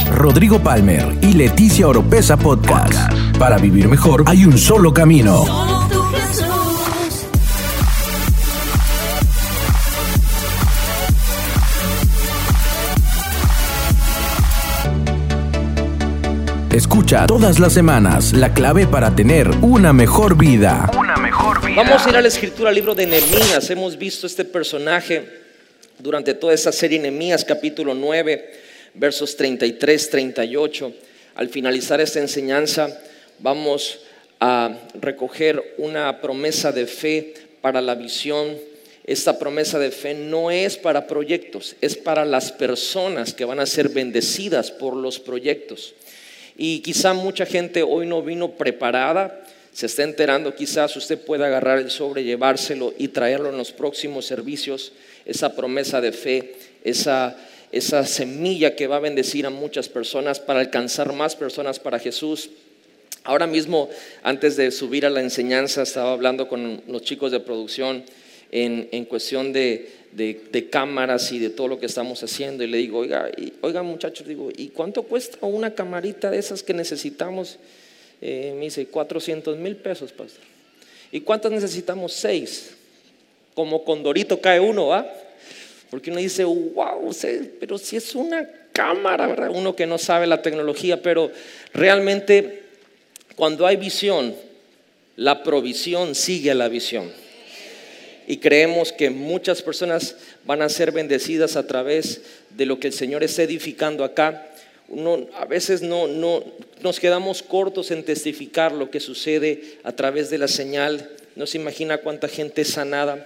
Rodrigo Palmer y Leticia Oropeza Podcast. Para vivir mejor hay un solo camino. Solo tú, Jesús. Escucha todas las semanas la clave para tener una mejor vida. Vamos a ir a la escritura, al libro de Nehemías. Hemos visto este personaje durante toda esta serie, Nehemías capítulo 9, versos 33, 38. Al finalizar esta enseñanza vamos a recoger una promesa de fe para la visión. Esta promesa de fe no es para proyectos, es para las personas que van a ser bendecidas por los proyectos. Y quizá mucha gente hoy no vino preparada, se está enterando. Quizás usted pueda agarrar el sobre, llevárselo y traerlo en los próximos servicios. Esa promesa de fe, esa semilla que va a bendecir a muchas personas para alcanzar más personas para Jesús. Ahora mismo, antes de subir a la enseñanza, estaba hablando con los chicos de producción en cuestión de cámaras y de todo lo que estamos haciendo, y le digo, oiga muchachos, digo, ¿y cuánto cuesta una camarita de esas que necesitamos? Me dice, 400,000 pesos, pastor. ¿Y cuántas necesitamos? 6. Como Condorito cae uno, ¿va? Porque uno dice, wow, pero si es una cámara, ¿verdad? Uno que no sabe la tecnología, pero realmente cuando hay visión, la provisión sigue a la visión. Y creemos que muchas personas van a ser bendecidas a través de lo que el Señor está edificando acá. A veces no nos quedamos cortos en testificar lo que sucede a través de la señal. No se imagina cuánta gente es sanada.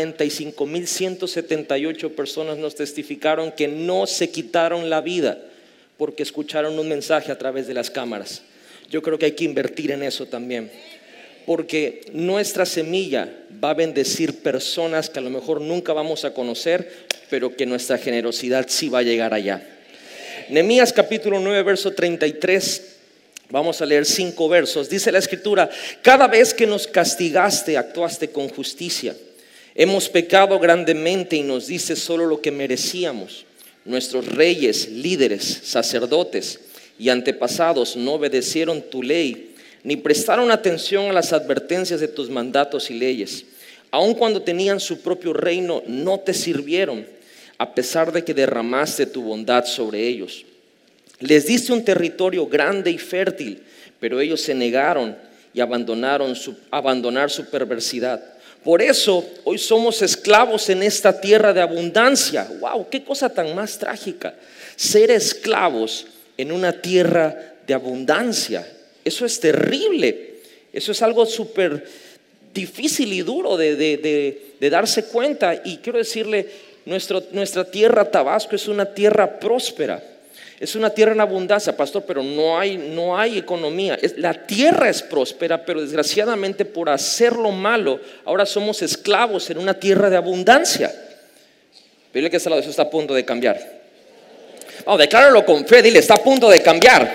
45,178 personas nos testificaron que no se quitaron la vida porque escucharon un mensaje a través de las cámaras. Yo creo que hay que invertir en eso también, porque nuestra semilla va a bendecir personas que a lo mejor nunca vamos a conocer, pero que nuestra generosidad sí va a llegar allá. Nehemías capítulo 9, verso 33. Vamos a leer 5 versos. Dice la escritura: cada vez que nos castigaste, actuaste con justicia. Hemos pecado grandemente y nos dices solo lo que merecíamos. Nuestros reyes, líderes, sacerdotes y antepasados no obedecieron tu ley, ni prestaron atención a las advertencias de tus mandatos y leyes. Aun cuando tenían su propio reino, no te sirvieron, a pesar de que derramaste tu bondad sobre ellos. Les diste un territorio grande y fértil, pero ellos se negaron y abandonar su perversidad. Por eso hoy somos esclavos en esta tierra de abundancia. ¡Wow! ¡Qué cosa tan más trágica! Ser esclavos en una tierra de abundancia. Eso es terrible. Eso es algo súper difícil y duro de darse cuenta. Y quiero decirle, nuestra tierra Tabasco es una tierra próspera. Es una tierra en abundancia, pastor, pero no hay economía. La tierra es próspera, pero desgraciadamente por hacer lo malo, ahora somos esclavos en una tierra de abundancia. Dile que eso está a punto de cambiar. Vamos, decláralo con fe, dile, está a punto de cambiar.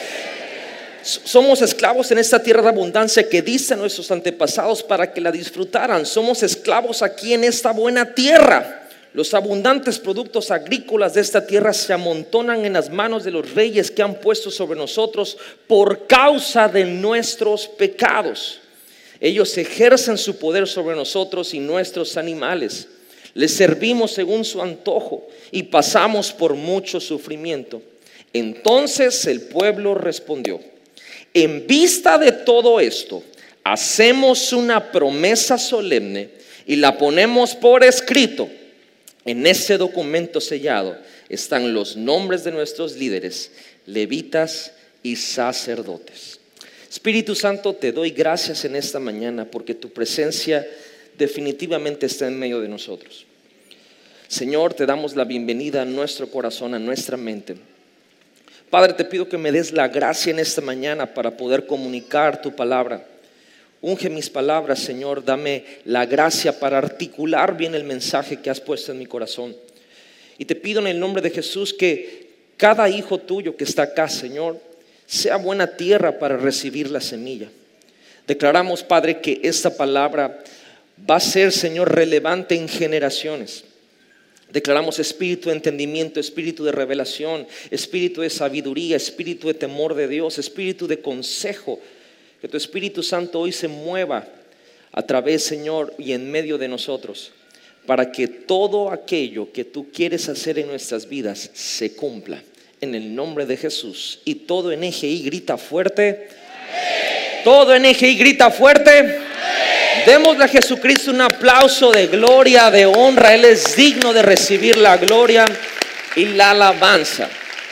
Somos esclavos en esta tierra de abundancia que dicen nuestros antepasados para que la disfrutaran. Somos esclavos aquí en esta buena tierra. Los abundantes productos agrícolas de esta tierra se amontonan en las manos de los reyes que han puesto sobre nosotros por causa de nuestros pecados. Ellos ejercen su poder sobre nosotros y nuestros animales. Les servimos según su antojo y pasamos por mucho sufrimiento. Entonces el pueblo respondió: en vista de todo esto, hacemos una promesa solemne y la ponemos por escrito. En ese documento sellado están los nombres de nuestros líderes, levitas y sacerdotes. Espíritu Santo, te doy gracias en esta mañana porque tu presencia definitivamente está en medio de nosotros. Señor, te damos la bienvenida a nuestro corazón, a nuestra mente. Padre, te pido que me des la gracia en esta mañana para poder comunicar tu palabra. Unge mis palabras, Señor, dame la gracia para articular bien el mensaje que has puesto en mi corazón. Y te pido en el nombre de Jesús que cada hijo tuyo que está acá, Señor, sea buena tierra para recibir la semilla. Declaramos, Padre, que esta palabra va a ser, Señor, relevante en generaciones. Declaramos espíritu de entendimiento, espíritu de revelación, espíritu de sabiduría, espíritu de temor de Dios, espíritu de consejo. Que tu Espíritu Santo hoy se mueva a través, Señor, y en medio de nosotros, para que todo aquello que tú quieres hacer en nuestras vidas se cumpla. En el nombre de Jesús. Y todo en EGI grita fuerte. ¡Amén! Todo en EGI grita fuerte. ¡Amén! Démosle a Jesucristo un aplauso de gloria, de honra. Él es digno de recibir la gloria y la alabanza.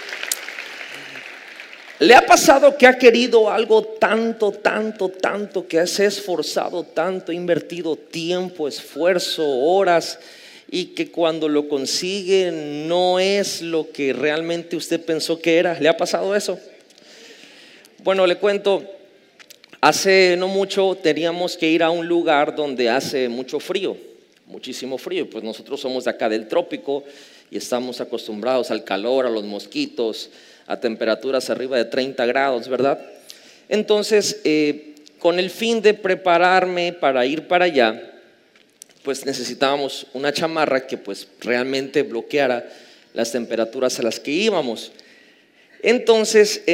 ¿Le ha pasado que ha querido algo tanto, que se ha esforzado tanto, ha invertido tiempo, esfuerzo, horas, y que cuando lo consigue no es lo que realmente usted pensó que era? ¿Le ha pasado eso? Bueno, le cuento, hace no mucho teníamos que ir a un lugar donde hace mucho frío, muchísimo frío. Pues nosotros somos de acá del trópico y estamos acostumbrados al calor, a los mosquitos, a temperaturas arriba de 30 grados, ¿verdad? Entonces, con el fin de prepararme para ir para allá, pues necesitábamos una chamarra que pues realmente bloqueara las temperaturas a las que íbamos. Entonces,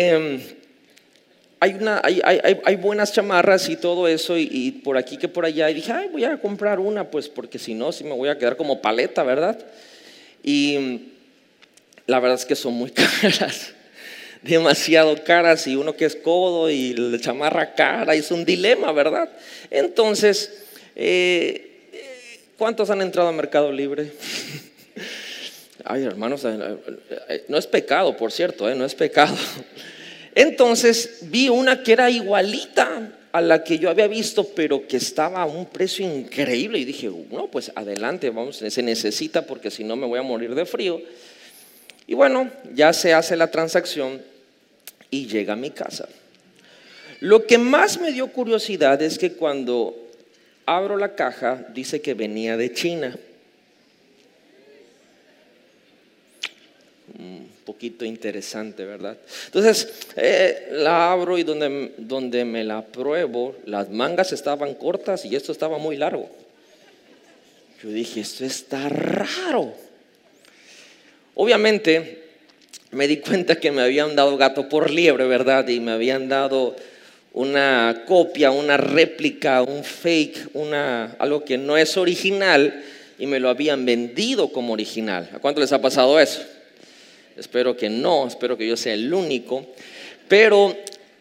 hay buenas chamarras y todo eso, y por aquí que por allá, y dije, ay, voy a comprar una, pues porque si no, sí me voy a quedar como paleta, ¿verdad? Y la verdad es que son muy caras, demasiado caras, y uno que es codo y la chamarra cara, y es un dilema, ¿verdad? Entonces, ¿cuántos han entrado a Mercado Libre? Ay, hermanos, no es pecado, por cierto, no es pecado. Entonces vi una que era igualita a la que yo había visto, pero que estaba a un precio increíble, y dije, no, pues adelante, vamos, se necesita, porque si no me voy a morir de frío. Y bueno, ya se hace la transacción y llega a mi casa. Lo que más me dio curiosidad es que cuando abro la caja dice que venía de China. Un poquito interesante, ¿verdad? Entonces la abro, y donde me la pruebo, las mangas estaban cortas y esto estaba muy largo. Yo dije, esto está raro. Obviamente me di cuenta que me habían dado gato por liebre, ¿verdad? Y me habían dado una copia, una réplica, un fake, algo que no es original, y me lo habían vendido como original. ¿A cuánto les ha pasado eso? Espero que no, espero que yo sea el único. Pero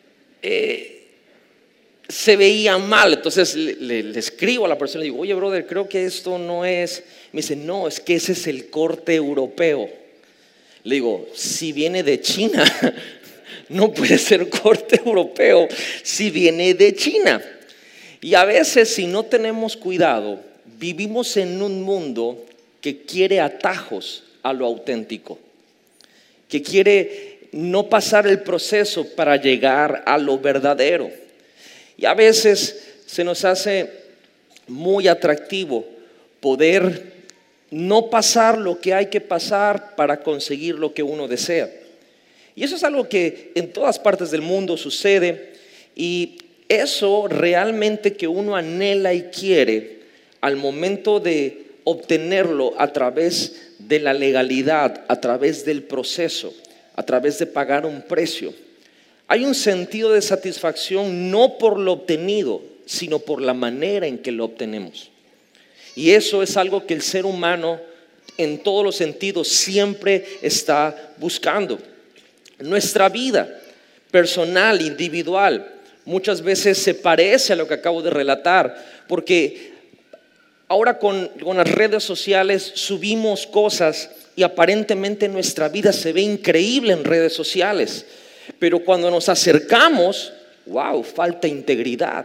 se veía mal. Entonces le escribo a la persona y digo, oye, brother, creo que esto no es. Me dice, no, es que ese es el corte europeo. Le digo, si viene de China, no puede ser corte europeo si viene de China. Y a veces, si no tenemos cuidado, vivimos en un mundo que quiere atajos a lo auténtico, que quiere no pasar el proceso para llegar a lo verdadero. Y a veces se nos hace muy atractivo poder no pasar lo que hay que pasar para conseguir lo que uno desea. Y eso es algo que en todas partes del mundo sucede, y eso realmente que uno anhela y quiere, al momento de obtenerlo a través de la legalidad, a través del proceso, a través de pagar un precio, hay un sentido de satisfacción no por lo obtenido, sino por la manera en que lo obtenemos. Y eso es algo que el ser humano en todos los sentidos siempre está buscando. Nuestra vida personal, individual, muchas veces se parece a lo que acabo de relatar, porque ahora con las redes sociales subimos cosas y aparentemente nuestra vida se ve increíble en redes sociales, pero cuando nos acercamos, wow, falta integridad,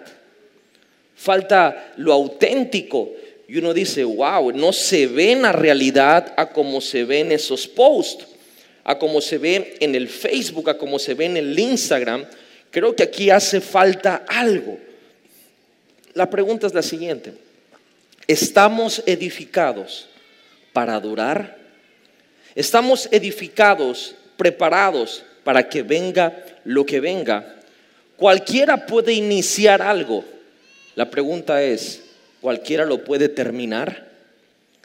falta lo auténtico. Y uno dice, wow, no se ve en la realidad a como se ve en esos posts, a como se ve en el Facebook, a como se ve en el Instagram. Creo que aquí hace falta algo. La pregunta es la siguiente: ¿estamos edificados para durar? ¿Estamos edificados, preparados para que venga lo que venga? Cualquiera puede iniciar algo. La pregunta es, ¿cualquiera lo puede terminar?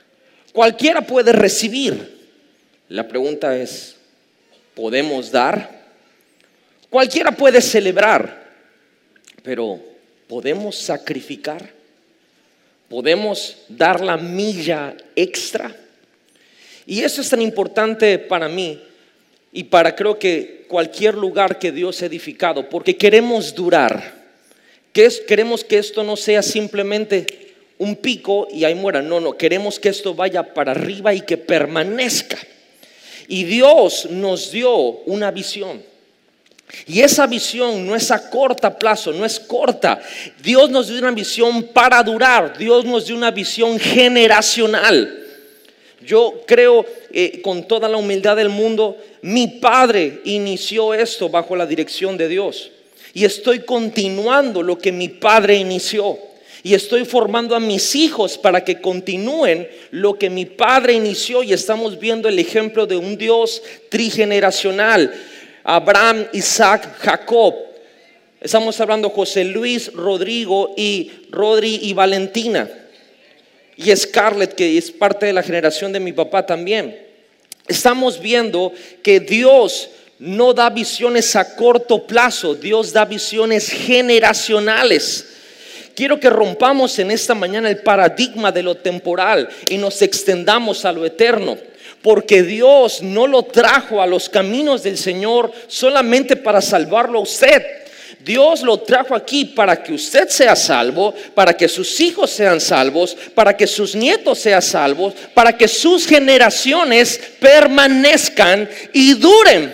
Cualquiera puede recibir. La pregunta es, ¿podemos dar? Cualquiera puede celebrar, pero ¿podemos sacrificar? ¿Podemos dar la milla extra? Y eso es tan importante para mí y para creo que cualquier lugar que Dios ha edificado, porque queremos durar. Queremos que esto no sea simplemente un pico y ahí muera. No, queremos que esto vaya para arriba y que permanezca. Y Dios nos dio una visión. Y esa visión no es a corto plazo, no es corta. Dios nos dio una visión para durar. Dios nos dio una visión generacional. Yo creo con toda la humildad del mundo, mi padre inició esto bajo la dirección de Dios. Y estoy continuando lo que mi padre inició. Y estoy formando a mis hijos para que continúen lo que mi padre inició. Y estamos viendo el ejemplo de un Dios trigeneracional. Abraham, Isaac, Jacob. Estamos hablando José Luis, Rodrigo y Rodri y Valentina. Y Scarlett, que es parte de la generación de mi papá también. Estamos viendo que Dios no da visiones a corto plazo. Dios da visiones generacionales. Quiero que rompamos en esta mañana el paradigma de lo temporal y nos extendamos a lo eterno. Porque Dios no lo trajo a los caminos del Señor solamente para salvarlo a usted. Dios lo trajo aquí para que usted sea salvo, para que sus hijos sean salvos, para que sus nietos sean salvos, para que sus generaciones permanezcan y duren.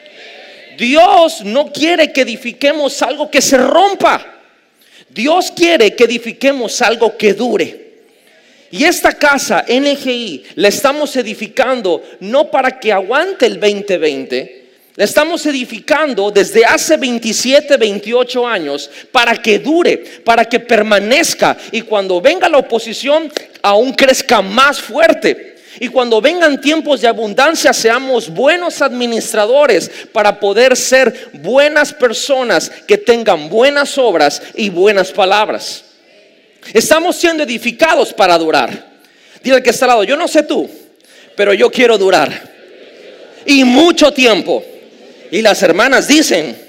Dios no quiere que edifiquemos algo que se rompa. Dios quiere que edifiquemos algo que dure. Y esta casa NGI la estamos edificando no para que aguante el 2020. La estamos edificando desde hace 27, 28 años para que dure, para que permanezca. Y cuando venga la oposición aún crezca más fuerte. Y cuando vengan tiempos de abundancia seamos buenos administradores para poder ser buenas personas que tengan buenas obras y buenas palabras. Estamos siendo edificados para durar. Dile al que está al lado, yo no sé tú, pero yo quiero durar. Y mucho tiempo. Y las hermanas dicen.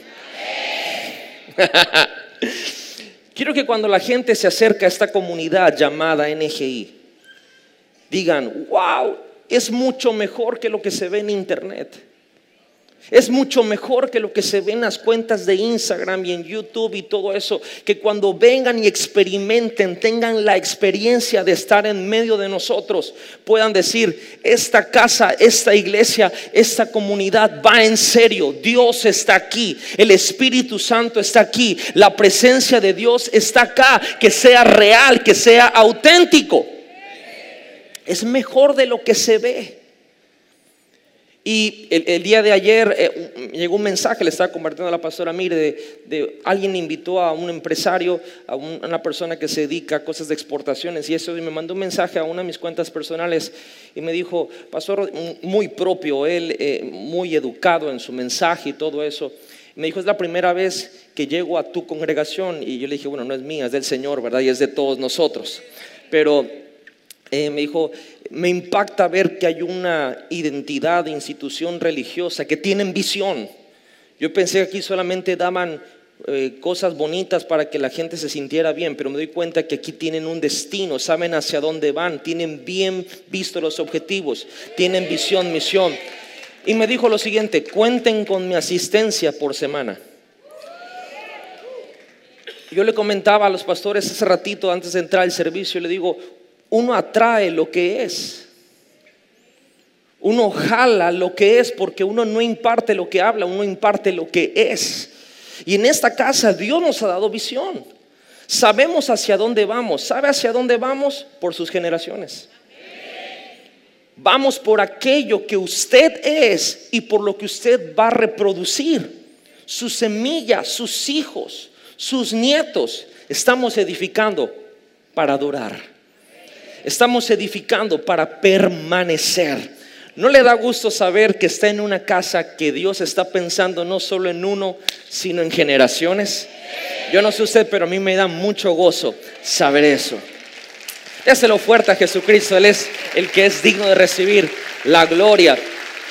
Quiero que cuando la gente se acerca a esta comunidad llamada NGI, digan, wow, es mucho mejor que lo que se ve en internet. Es mucho mejor que lo que se ve en las cuentas de Instagram y en YouTube y todo eso. Que cuando vengan y experimenten, tengan la experiencia de estar en medio de nosotros, puedan decir, esta casa, esta iglesia, esta comunidad va en serio. Dios está aquí, el Espíritu Santo está aquí, la presencia de Dios está acá. Que sea real, que sea auténtico. Es mejor de lo que se ve. Y el día de ayer llegó un mensaje, le estaba compartiendo a la pastora Mire, de alguien invitó a un empresario, a una persona que se dedica a cosas de exportaciones y eso, y me mandó un mensaje a una de mis cuentas personales y me dijo, pastor, muy propio él, muy educado en su mensaje y todo eso. Me dijo, es la primera vez que llego a tu congregación. Y yo le dije, bueno, no es mía, es del Señor, ¿verdad? Y es de todos nosotros. Pero me dijo, me impacta ver que hay una identidad de institución religiosa que tienen visión. Yo pensé que aquí solamente daban cosas bonitas para que la gente se sintiera bien, pero me doy cuenta que aquí tienen un destino, saben hacia dónde van, tienen bien visto los objetivos, tienen visión, misión. Y me dijo lo siguiente, cuenten con mi asistencia por semana. Yo le comentaba a los pastores hace ratito antes de entrar al servicio, le digo, uno atrae lo que es. Uno jala lo que es, porque uno no imparte lo que habla, uno imparte lo que es. Y en esta casa Dios nos ha dado visión. Sabemos hacia dónde vamos. ¿Sabe hacia dónde vamos? Por sus generaciones. Vamos por aquello que usted es y por lo que usted va a reproducir. Su semilla, sus hijos, sus nietos. Estamos edificando para durar. Estamos edificando para permanecer. ¿No le da gusto saber que está en una casa que Dios está pensando no solo en uno, sino en generaciones? Yo no sé usted, pero a mí me da mucho gozo saber eso. Déselo fuerte a Jesucristo. Él es el que es digno de recibir la gloria.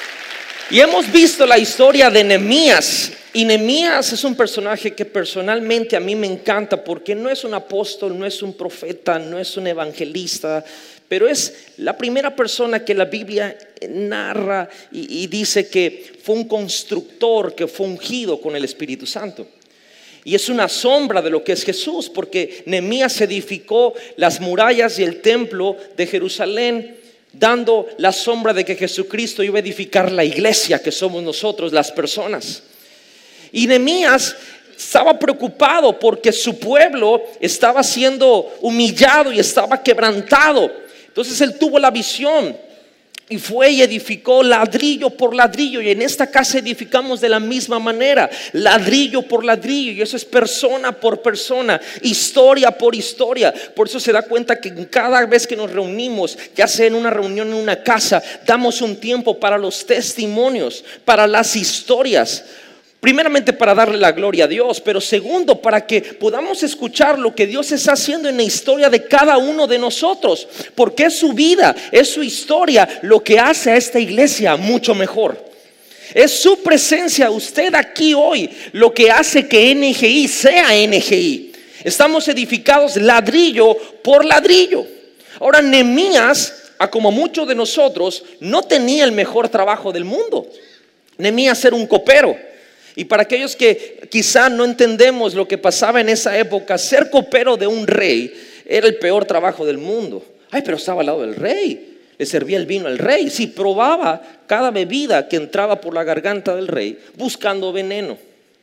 Y hemos visto la historia de Nehemías. Y Nehemías es un personaje que personalmente a mí me encanta, porque no es un apóstol, no es un profeta, no es un evangelista, pero es la primera persona que la Biblia narra y dice que fue un constructor, que fue ungido con el Espíritu Santo. Y es una sombra de lo que es Jesús, porque Nehemías edificó las murallas y el templo de Jerusalén, dando la sombra de que Jesucristo iba a edificar la iglesia, que somos nosotros, las personas. Y Nehemías estaba preocupado porque su pueblo estaba siendo humillado y estaba quebrantado. Entonces él tuvo la visión y fue y edificó ladrillo por ladrillo. Y en esta casa edificamos de la misma manera, ladrillo por ladrillo. Y eso es persona por persona, historia por historia. Por eso se da cuenta que cada vez que nos reunimos, ya sea en una reunión en una casa, damos un tiempo para los testimonios, para las historias. Primeramente para darle la gloria a Dios, pero segundo para que podamos escuchar lo que Dios está haciendo en la historia de cada uno de nosotros, porque es su vida, es su historia lo que hace a esta iglesia mucho mejor. Es su presencia, usted aquí hoy, lo que hace que NGI sea NGI. Estamos edificados ladrillo por ladrillo. Ahora Nehemías, como muchos de nosotros, no tenía el mejor trabajo del mundo. Nehemías era un copero. Y para aquellos que quizá no entendemos lo que pasaba en esa época, ser copero de un rey era el peor trabajo del mundo. Ay, pero estaba al lado del rey, le servía el vino al rey. Sí, probaba cada bebida que entraba por la garganta del rey buscando veneno,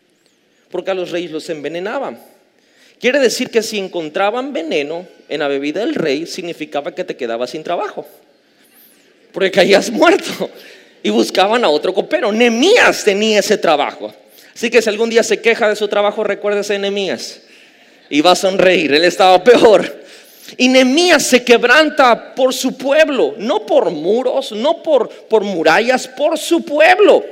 porque a los reyes los envenenaban. Quiere decir que si encontraban veneno en la bebida del rey, significaba que te quedabas sin trabajo, porque caías muerto. Y buscaban a otro copero. Nehemías tenía ese trabajo. Así que si algún día se queja de su trabajo, recuérdese de Nehemías y va a sonreír. Él estaba peor. Y Nehemías se quebranta por su pueblo, no por muros, no por murallas, por su pueblo.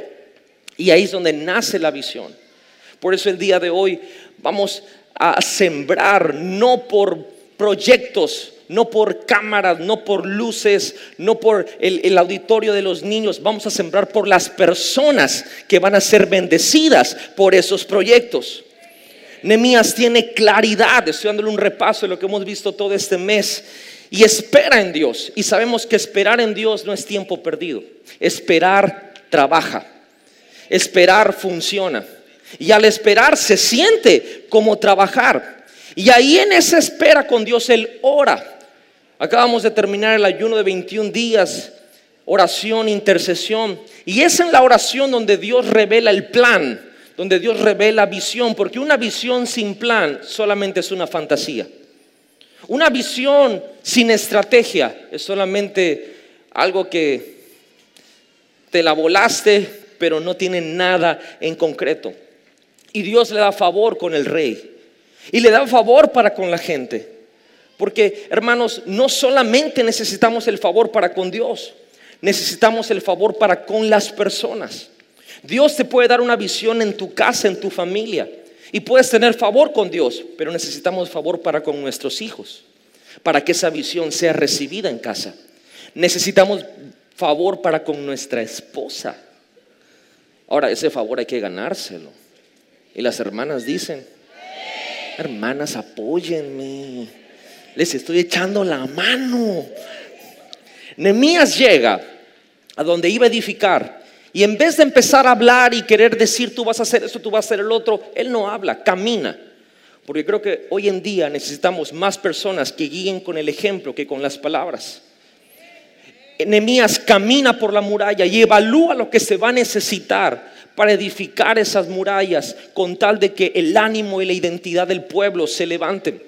Y ahí es donde nace la visión. Por eso el día de hoy vamos a sembrar, no por proyectos, no por cámaras, no por luces, no por el auditorio de los niños. Vamos a sembrar por las personas que van a ser bendecidas por esos proyectos. Nehemías tiene claridad, estoy dándole un repaso de lo que hemos visto todo este mes, y espera en Dios. Y sabemos que esperar en Dios no es tiempo perdido. Esperar trabaja, esperar funciona, y al esperar se siente como trabajar. Y ahí en esa espera con Dios él ora. Acabamos de terminar el ayuno de 21 días, oración, intercesión. Y es en la oración donde Dios revela el plan, donde Dios revela visión. Porque una visión sin plan solamente es una fantasía. Una visión sin estrategia es solamente algo que te la volaste, pero no tiene nada en concreto. Y Dios le da favor con el rey. Y le da favor para con la gente. Porque, hermanos, no solamente necesitamos el favor para con Dios, necesitamos el favor para con las personas. Dios te puede dar una visión en tu casa, en tu familia, y puedes tener favor con Dios, pero necesitamos favor para con nuestros hijos, para que esa visión sea recibida en casa. Necesitamos favor para con nuestra esposa. Ahora, ese favor hay que ganárselo. Y las hermanas dicen: hermanas, apóyenme, les estoy echando la mano. Nehemías llega a donde iba a edificar, y en vez de empezar a hablar y querer decir tú vas a hacer esto, tú vas a hacer el otro, él no habla, camina. Porque creo que hoy en día necesitamos más personas que guíen con el ejemplo que con las palabras. Nehemías camina por la muralla y evalúa lo que se va a necesitar para edificar esas murallas, con tal de que el ánimo y la identidad del pueblo se levanten.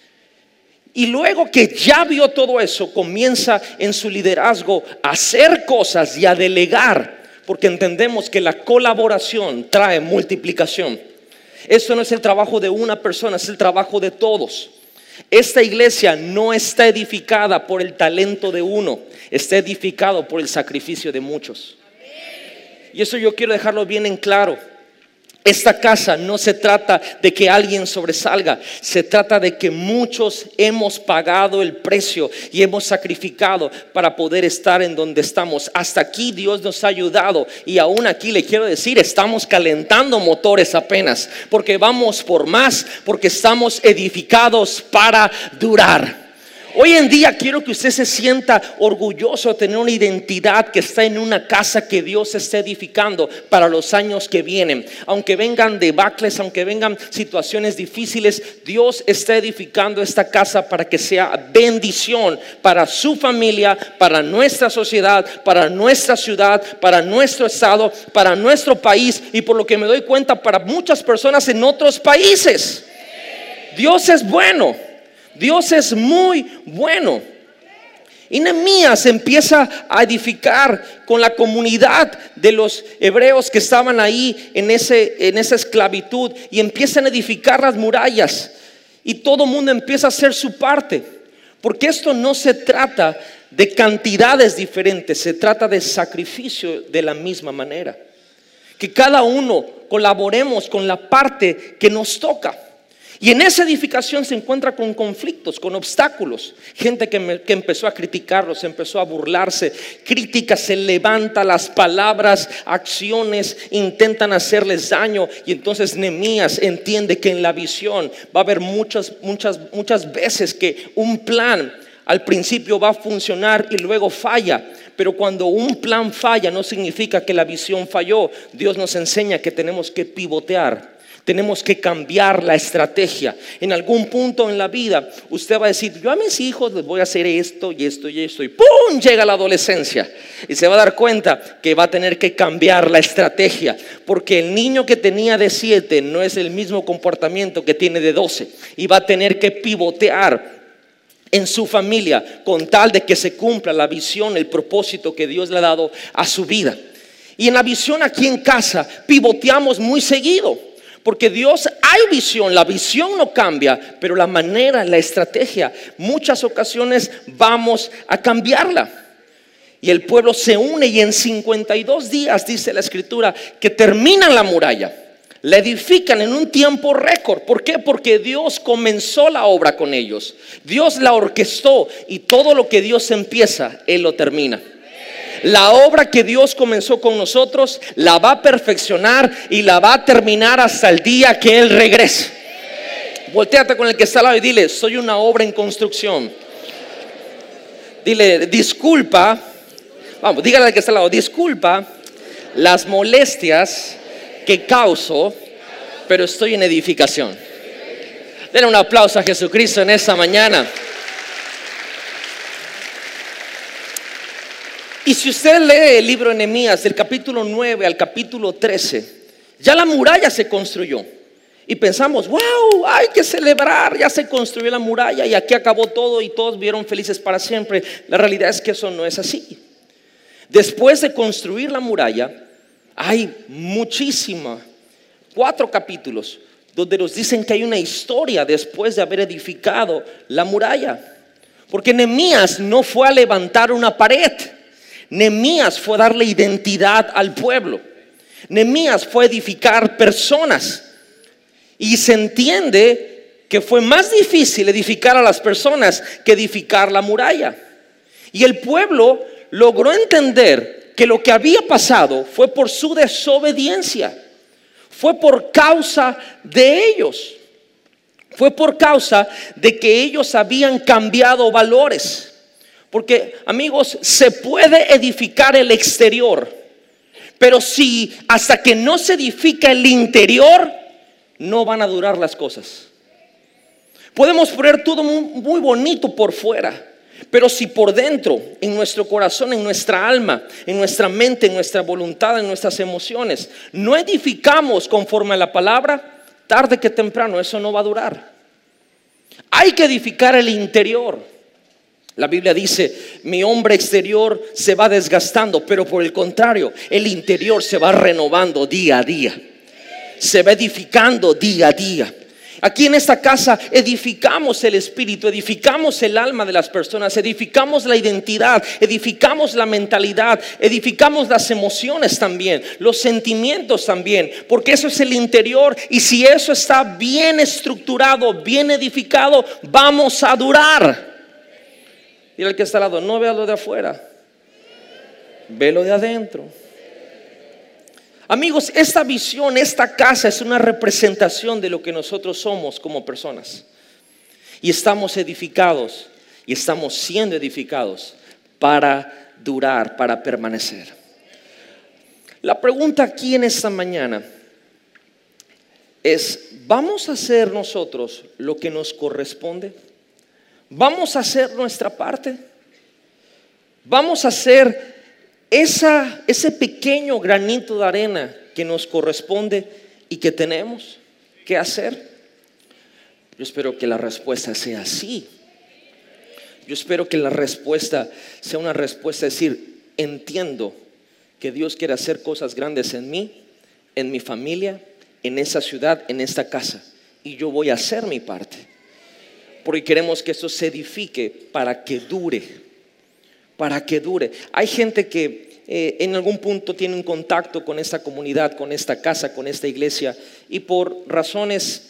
Y luego que ya vio todo eso, comienza en su liderazgo a hacer cosas y a delegar, porque entendemos que la colaboración trae multiplicación. Esto no es el trabajo de una persona, es el trabajo de todos. Esta iglesia no está edificada por el talento de uno, está edificado por el sacrificio de muchos. Y eso yo quiero dejarlo bien en claro. Esta casa no se trata de que alguien sobresalga, se trata de que muchos hemos pagado el precio y hemos sacrificado para poder estar en donde estamos. Hasta aquí Dios nos ha ayudado y aún aquí le quiero decir, estamos calentando motores apenas, porque vamos por más, porque estamos edificados para durar. Hoy en día quiero que usted se sienta orgulloso de tener una identidad que está en una casa que Dios está edificando para los años que vienen. Aunque vengan debacles, aunque vengan situaciones difíciles, Dios está edificando esta casa para que sea bendición para su familia, para nuestra sociedad, para nuestra ciudad, para nuestro estado, para nuestro país y por lo que me doy cuenta para muchas personas en otros países. Dios es bueno. Dios es muy bueno. Y Nehemías empieza a edificar con la comunidad de los hebreos que estaban ahí en esa esclavitud, y empiezan a edificar las murallas, y todo el mundo empieza a hacer su parte, porque esto no se trata de cantidades diferentes, se trata de sacrificio de la misma manera, que cada uno colaboremos con la parte que nos toca. Y en esa edificación se encuentra con conflictos, con obstáculos. Gente que empezó a criticarlos, empezó a burlarse. Crítica se levanta, las palabras, acciones intentan hacerles daño. Y entonces Nehemías entiende que en la visión va a haber muchas veces que un plan al principio va a funcionar y luego falla. Pero cuando un plan falla no significa que la visión falló. Dios nos enseña que tenemos que pivotear. Tenemos que cambiar la estrategia. En algún punto en la vida usted va a decir, yo a mis hijos les voy a hacer esto y esto y esto, y ¡pum! Llega la adolescencia y se va a dar cuenta que va a tener que cambiar la estrategia, porque el niño que tenía de 7 no es el mismo comportamiento que tiene de 12, y va a tener que pivotear en su familia con tal de que se cumpla la visión, el propósito que Dios le ha dado a su vida. Y en la visión aquí en casa pivoteamos muy seguido, porque Dios, hay visión, la visión no cambia, pero la manera, la estrategia, muchas ocasiones vamos a cambiarla. Y el pueblo se une y en 52 días, dice la escritura, que terminan la muralla, la edifican en un tiempo récord. ¿Por qué? Porque Dios comenzó la obra con ellos, Dios la orquestó, y todo lo que Dios empieza, Él lo termina. La obra que Dios comenzó con nosotros la va a perfeccionar y la va a terminar hasta el día que Él regrese. Voltéate con el que está al lado y dile, soy una obra en construcción. Dile, disculpa, vamos, dígale al que está al lado, disculpa las molestias que causo, pero estoy en edificación. Denle un aplauso a Jesucristo en esta mañana. Y si usted lee el libro de Nehemías del capítulo 9 al capítulo 13, ya la muralla se construyó. Y pensamos, wow, hay que celebrar, ya se construyó la muralla y aquí acabó todo y todos vivieron felices para siempre. La realidad es que eso no es así. Después de construir la muralla, hay 4 capítulos donde nos dicen que hay una historia después de haber edificado la muralla. Porque Nehemías no fue a levantar una pared. Nehemías fue a darle identidad al pueblo. Nehemías fue a edificar personas. Y se entiende que fue más difícil edificar a las personas que edificar la muralla. Y el pueblo logró entender que lo que había pasado fue por su desobediencia. Fue por causa de ellos. Fue por causa de que ellos habían cambiado valores. Porque, amigos, se puede edificar el exterior, pero si hasta que no se edifica el interior, no van a durar las cosas. Podemos poner todo muy bonito por fuera, pero si por dentro, en nuestro corazón, en nuestra alma, en nuestra mente, en nuestra voluntad, en nuestras emociones, no edificamos conforme a la palabra, tarde que temprano eso no va a durar. Hay que edificar el interior. La Biblia dice, mi hombre exterior se va desgastando, pero por el contrario, el interior se va renovando día a día. Se va edificando día a día. Aquí en esta casa edificamos el espíritu, edificamos el alma de las personas, edificamos la identidad, edificamos la mentalidad, edificamos las emociones también, los sentimientos también, porque eso es el interior, y si eso está bien estructurado, bien edificado, vamos a durar. Dile al que está al lado, no vea lo de afuera, ve lo de adentro. Amigos, esta visión, esta casa es una representación de lo que nosotros somos como personas. Y estamos edificados y estamos siendo edificados para durar, para permanecer. La pregunta aquí en esta mañana es, ¿vamos a hacer nosotros lo que nos corresponde? ¿Vamos a hacer nuestra parte? ¿Vamos a hacer ese pequeño granito de arena que nos corresponde y que tenemos que hacer? Yo espero que la respuesta sea sí. Yo espero que la respuesta sea una respuesta, es decir, entiendo que Dios quiere hacer cosas grandes en mí, en mi familia, en esa ciudad, en esta casa, y yo voy a hacer mi parte, porque queremos que esto se edifique para que dure. Para que dure. Hay gente que en algún punto tiene un contacto con esta comunidad, con esta casa, con esta iglesia, y por razones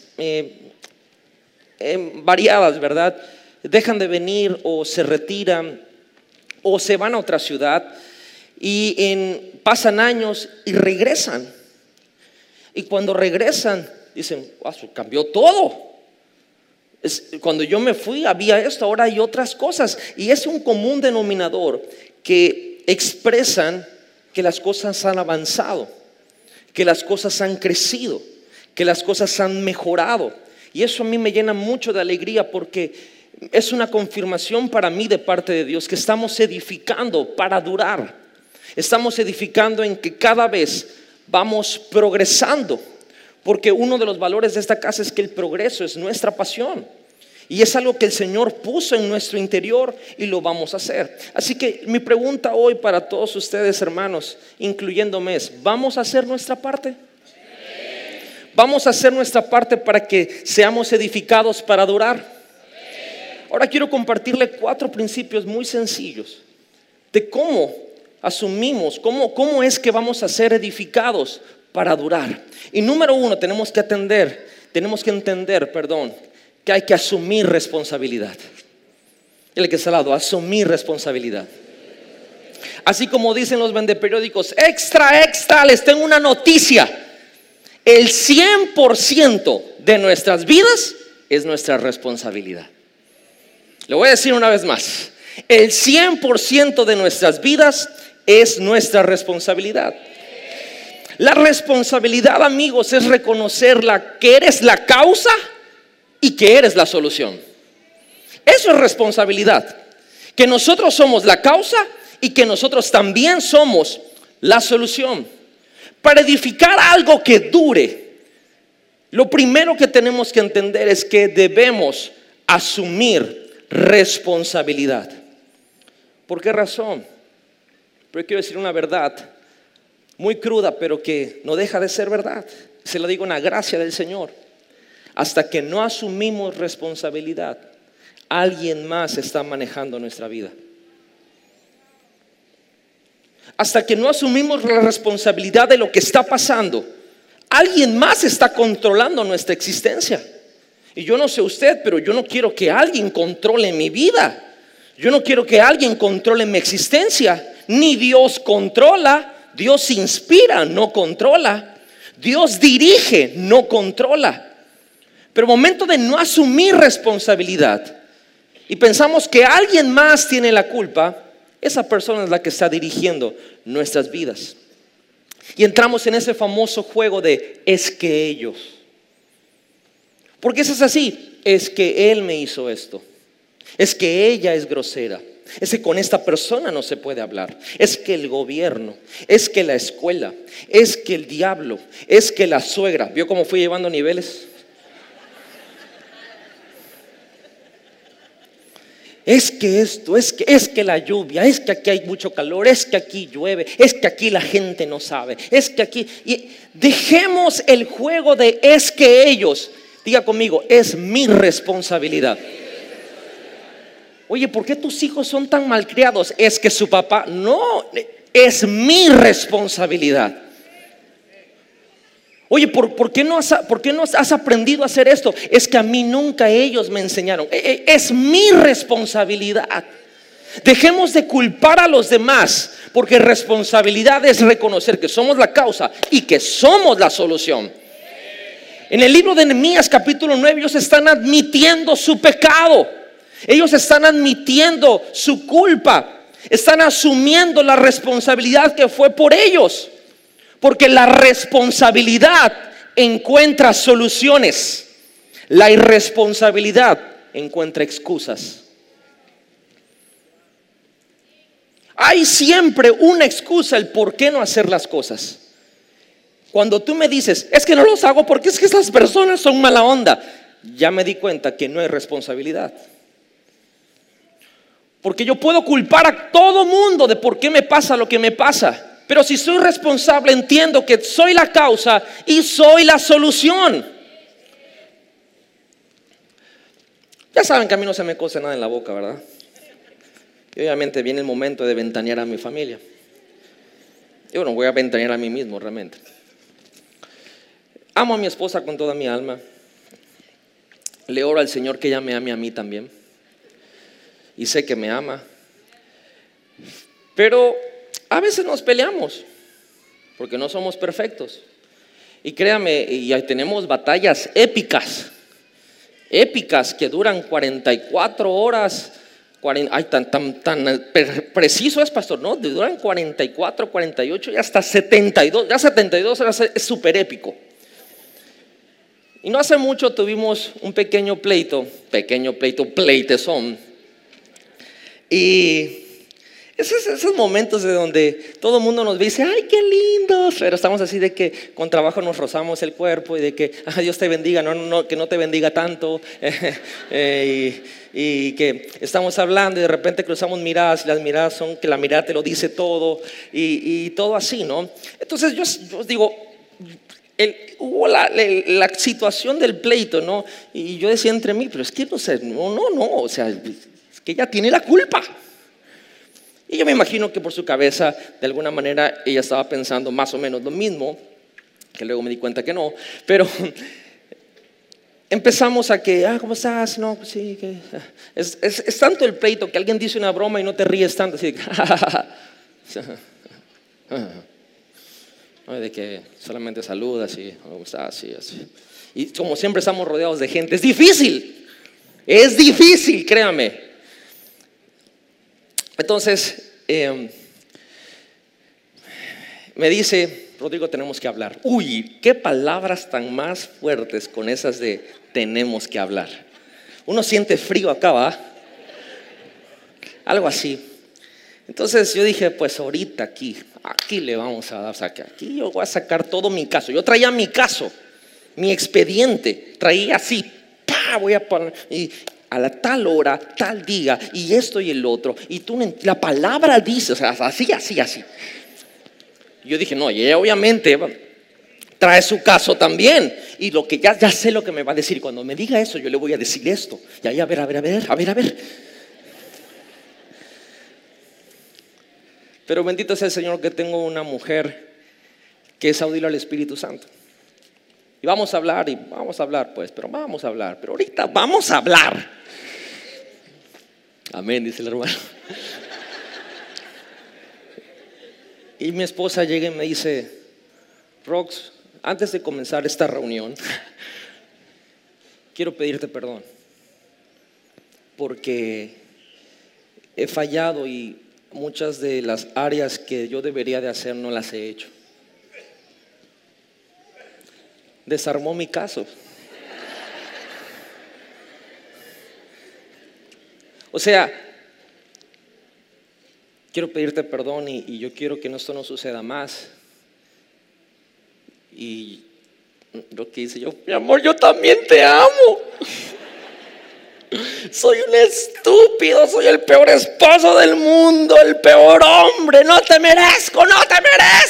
variadas, ¿verdad?, dejan de venir o se retiran o se van a otra ciudad y pasan años y regresan. Y cuando regresan dicen, wow, cambió todo. Cuando yo me fui había esto, ahora hay otras cosas. Y es un común denominador que expresan que las cosas han avanzado, que las cosas han crecido, que las cosas han mejorado. Y eso a mí me llena mucho de alegría, porque es una confirmación para mí de parte de Dios que estamos edificando para durar. Estamos edificando en que cada vez vamos progresando, porque uno de los valores de esta casa es que el progreso es nuestra pasión. Y es algo que el Señor puso en nuestro interior y lo vamos a hacer. Así que mi pregunta hoy para todos ustedes, hermanos, incluyéndome, es, ¿vamos a hacer nuestra parte? ¿Vamos a hacer nuestra parte para que seamos edificados para durar? Ahora quiero compartirle 4 principios muy sencillos de cómo asumimos, cómo es que vamos a ser edificados para durar. Y número 1, tenemos que entender, que hay que asumir responsabilidad. El que está al lado, asumir responsabilidad. Así como dicen los vendeperiódicos, extra, extra, les tengo una noticia. El 100% de nuestras vidas es nuestra responsabilidad. Le voy a decir una vez más, el 100% de nuestras vidas es nuestra responsabilidad. La responsabilidad, amigos, es reconocer que eres la causa y que eres la solución. Eso es responsabilidad. Que nosotros somos la causa y que nosotros también somos la solución. Para edificar algo que dure, lo primero que tenemos que entender es que debemos asumir responsabilidad. ¿Por qué razón? Pero quiero decir una verdad muy cruda, pero que no deja de ser verdad. Se lo digo en la gracia del Señor. Hasta que no asumimos responsabilidad, alguien más está manejando nuestra vida. Hasta que no asumimos la responsabilidad de lo que está pasando, alguien más está controlando nuestra existencia. Y yo no sé usted, pero yo no quiero que alguien controle mi vida. Yo no quiero que alguien controle mi existencia. Ni Dios controla. Dios inspira, no controla. Dios dirige, no controla. Pero momento de no asumir responsabilidad y pensamos que alguien más tiene la culpa, esa persona es la que está dirigiendo nuestras vidas. Y entramos en ese famoso juego de es que ellos. Porque eso es así, es que él me hizo esto, es que ella es grosera, es que con esta persona no se puede hablar, es que el gobierno, es que la escuela, es que el diablo, es que la suegra. ¿Vio cómo fui llevando niveles? Es que esto, es que la lluvia, es que aquí hay mucho calor, es que aquí llueve, es que aquí la gente no sabe, es que aquí. Y dejemos el juego de es que ellos. Diga conmigo, es mi responsabilidad. Oye, ¿por qué tus hijos son tan malcriados? Es que su papá, no, es mi responsabilidad. Oye, ¿por qué no has aprendido a hacer esto? Es que a mí nunca ellos me enseñaron. Es mi responsabilidad. Dejemos de culpar a los demás, porque responsabilidad es reconocer que somos la causa y que somos la solución. En el libro de Nehemías capítulo 9, ellos están admitiendo su pecado. Ellos están admitiendo su culpa. Están asumiendo la responsabilidad que fue por ellos. Porque la responsabilidad encuentra soluciones. La irresponsabilidad encuentra excusas. Hay siempre una excusa el por qué no hacer las cosas. Cuando tú me dices, es que no los hago porque es que esas personas son mala onda, ya me di cuenta que no hay responsabilidad. Porque yo puedo culpar a todo mundo de por qué me pasa lo que me pasa. Pero si soy responsable, entiendo que soy la causa y soy la solución. Ya saben que a mí no se me cose nada en la boca, ¿verdad? Y obviamente viene el momento de ventanear a mi familia. Yo no voy a ventanear a mí mismo realmente. Amo a mi esposa con toda mi alma. Le oro al Señor que ella me ame a mí también. Y sé que me ama. Pero a veces nos peleamos porque no somos perfectos. Y créame, y ahí tenemos batallas épicas que duran 44 horas. Tan preciso es, pastor, ¿no? Duran 44, 48 y hasta 72. Ya 72 horas es súper épico. Y no hace mucho tuvimos un pleitezón. Y esos momentos de donde todo el mundo nos dice, ay, qué lindos, pero estamos así de que con trabajo nos rozamos el cuerpo y de que Dios te bendiga, que no te bendiga tanto, y que estamos hablando y de repente cruzamos miradas y las miradas son que la mirada te lo dice todo y todo así, ¿no? Entonces yo digo, hubo la situación del pleito, ¿no? Y yo decía entre mí, pero es que no sé, no, o sea, es que ella tiene la culpa. Y yo me imagino que por su cabeza, de alguna manera, ella estaba pensando más o menos lo mismo, que luego me di cuenta que no, pero empezamos a que, ¿cómo estás? No, pues sí, que es tanto el pleito que alguien dice una broma y no te ríes tanto, así de que solamente saludas y ¿cómo estás? Así. Y como siempre estamos rodeados de gente, es difícil, créame. Entonces, me dice, Rodrigo, tenemos que hablar. Uy, qué palabras tan más fuertes con esas de tenemos que hablar. Uno siente frío acá, ¿va? Algo así. Entonces yo dije, pues ahorita aquí le vamos a dar, o sea, que aquí yo voy a sacar todo mi caso. Yo traía mi caso, mi expediente, traía así, voy a poner, y a la tal hora, tal día, y esto y el otro, y la palabra dice, o sea, así. Yo dije, no, y ella obviamente trae su caso también, y lo que ya sé lo que me va a decir. Cuando me diga eso, yo le voy a decir esto, y ahí a ver. Pero bendito sea el Señor que tengo una mujer que es audible al Espíritu Santo. Y vamos a hablar, pues, pero ahorita vamos a hablar. Amén, dice el hermano. Y mi esposa llega y me dice, Rox, antes de comenzar esta reunión, quiero pedirte perdón, porque he fallado y muchas de las áreas que yo debería de hacer no las he hecho. Desarmó mi caso. O sea, quiero pedirte perdón y yo quiero que esto no suceda más. Y lo que hice yo, mi amor, yo también te amo. Soy un estúpido, soy el peor esposo del mundo, el peor hombre, no te merezco.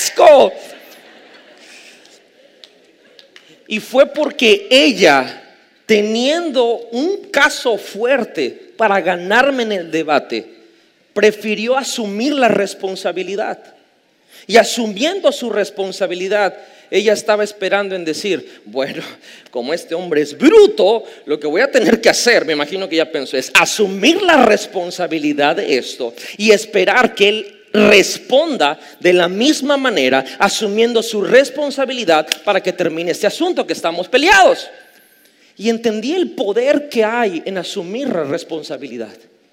Y fue porque ella teniendo un caso fuerte para ganarme en el debate, prefirió asumir la responsabilidad. Y asumiendo su responsabilidad, ella estaba esperando en decir, bueno, como este hombre es bruto, lo que voy a tener que hacer, me imagino que ella pensó, es asumir la responsabilidad de esto y esperar que él responda de la misma manera, asumiendo su responsabilidad para que termine este asunto que estamos peleados. Y entendí el poder que hay en asumir la responsabilidad.